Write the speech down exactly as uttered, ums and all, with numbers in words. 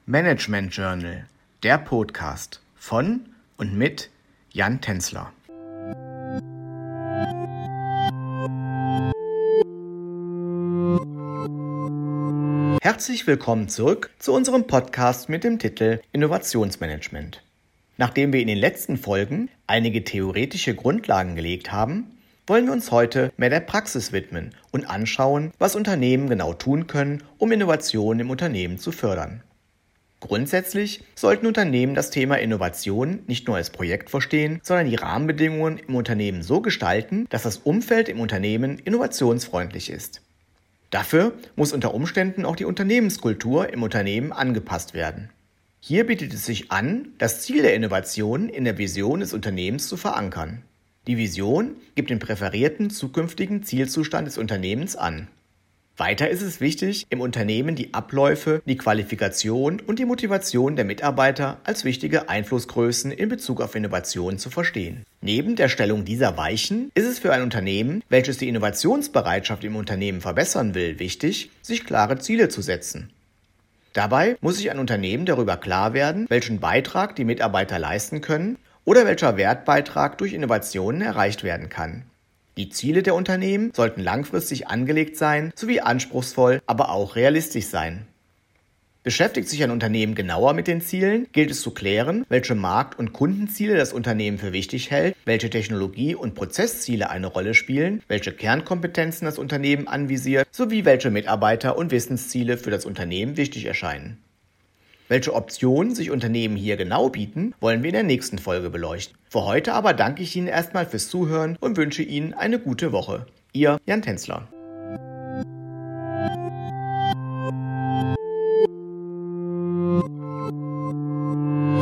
Management Journal, der Podcast von und mit Jan Tänzler. Herzlich willkommen zurück zu unserem Podcast mit dem Titel Innovationsmanagement. Nachdem wir in den letzten Folgen einige theoretische Grundlagen gelegt haben, wollen wir uns heute mehr der Praxis widmen und anschauen, was Unternehmen genau tun können, um Innovationen im Unternehmen zu fördern. Grundsätzlich sollten Unternehmen das Thema Innovation nicht nur als Projekt verstehen, sondern die Rahmenbedingungen im Unternehmen so gestalten, dass das Umfeld im Unternehmen innovationsfreundlich ist. Dafür muss unter Umständen auch die Unternehmenskultur im Unternehmen angepasst werden. Hier bietet es sich an, das Ziel der Innovation in der Vision des Unternehmens zu verankern. Die Vision gibt den präferierten zukünftigen Zielzustand des Unternehmens an. Weiter ist es wichtig, im Unternehmen die Abläufe, die Qualifikation und die Motivation der Mitarbeiter als wichtige Einflussgrößen in Bezug auf Innovation zu verstehen. Neben der Stellung dieser Weichen ist es für ein Unternehmen, welches die Innovationsbereitschaft im Unternehmen verbessern will, wichtig, sich klare Ziele zu setzen. Dabei muss sich ein Unternehmen darüber klar werden, welchen Beitrag die Mitarbeiter leisten können oder welcher Wertbeitrag durch Innovationen erreicht werden kann. Die Ziele der Unternehmen sollten langfristig angelegt sein, sowie anspruchsvoll, aber auch realistisch sein. Beschäftigt sich ein Unternehmen genauer mit den Zielen, gilt es zu klären, welche Markt- und Kundenziele das Unternehmen für wichtig hält, welche Technologie- und Prozessziele eine Rolle spielen, welche Kernkompetenzen das Unternehmen anvisiert, sowie welche Mitarbeiter- und Wissensziele für das Unternehmen wichtig erscheinen. Welche Optionen sich Unternehmen hier genau bieten, wollen wir in der nächsten Folge beleuchten. Für heute aber danke ich Ihnen erstmal fürs Zuhören und wünsche Ihnen eine gute Woche. Ihr Jan Tänzler.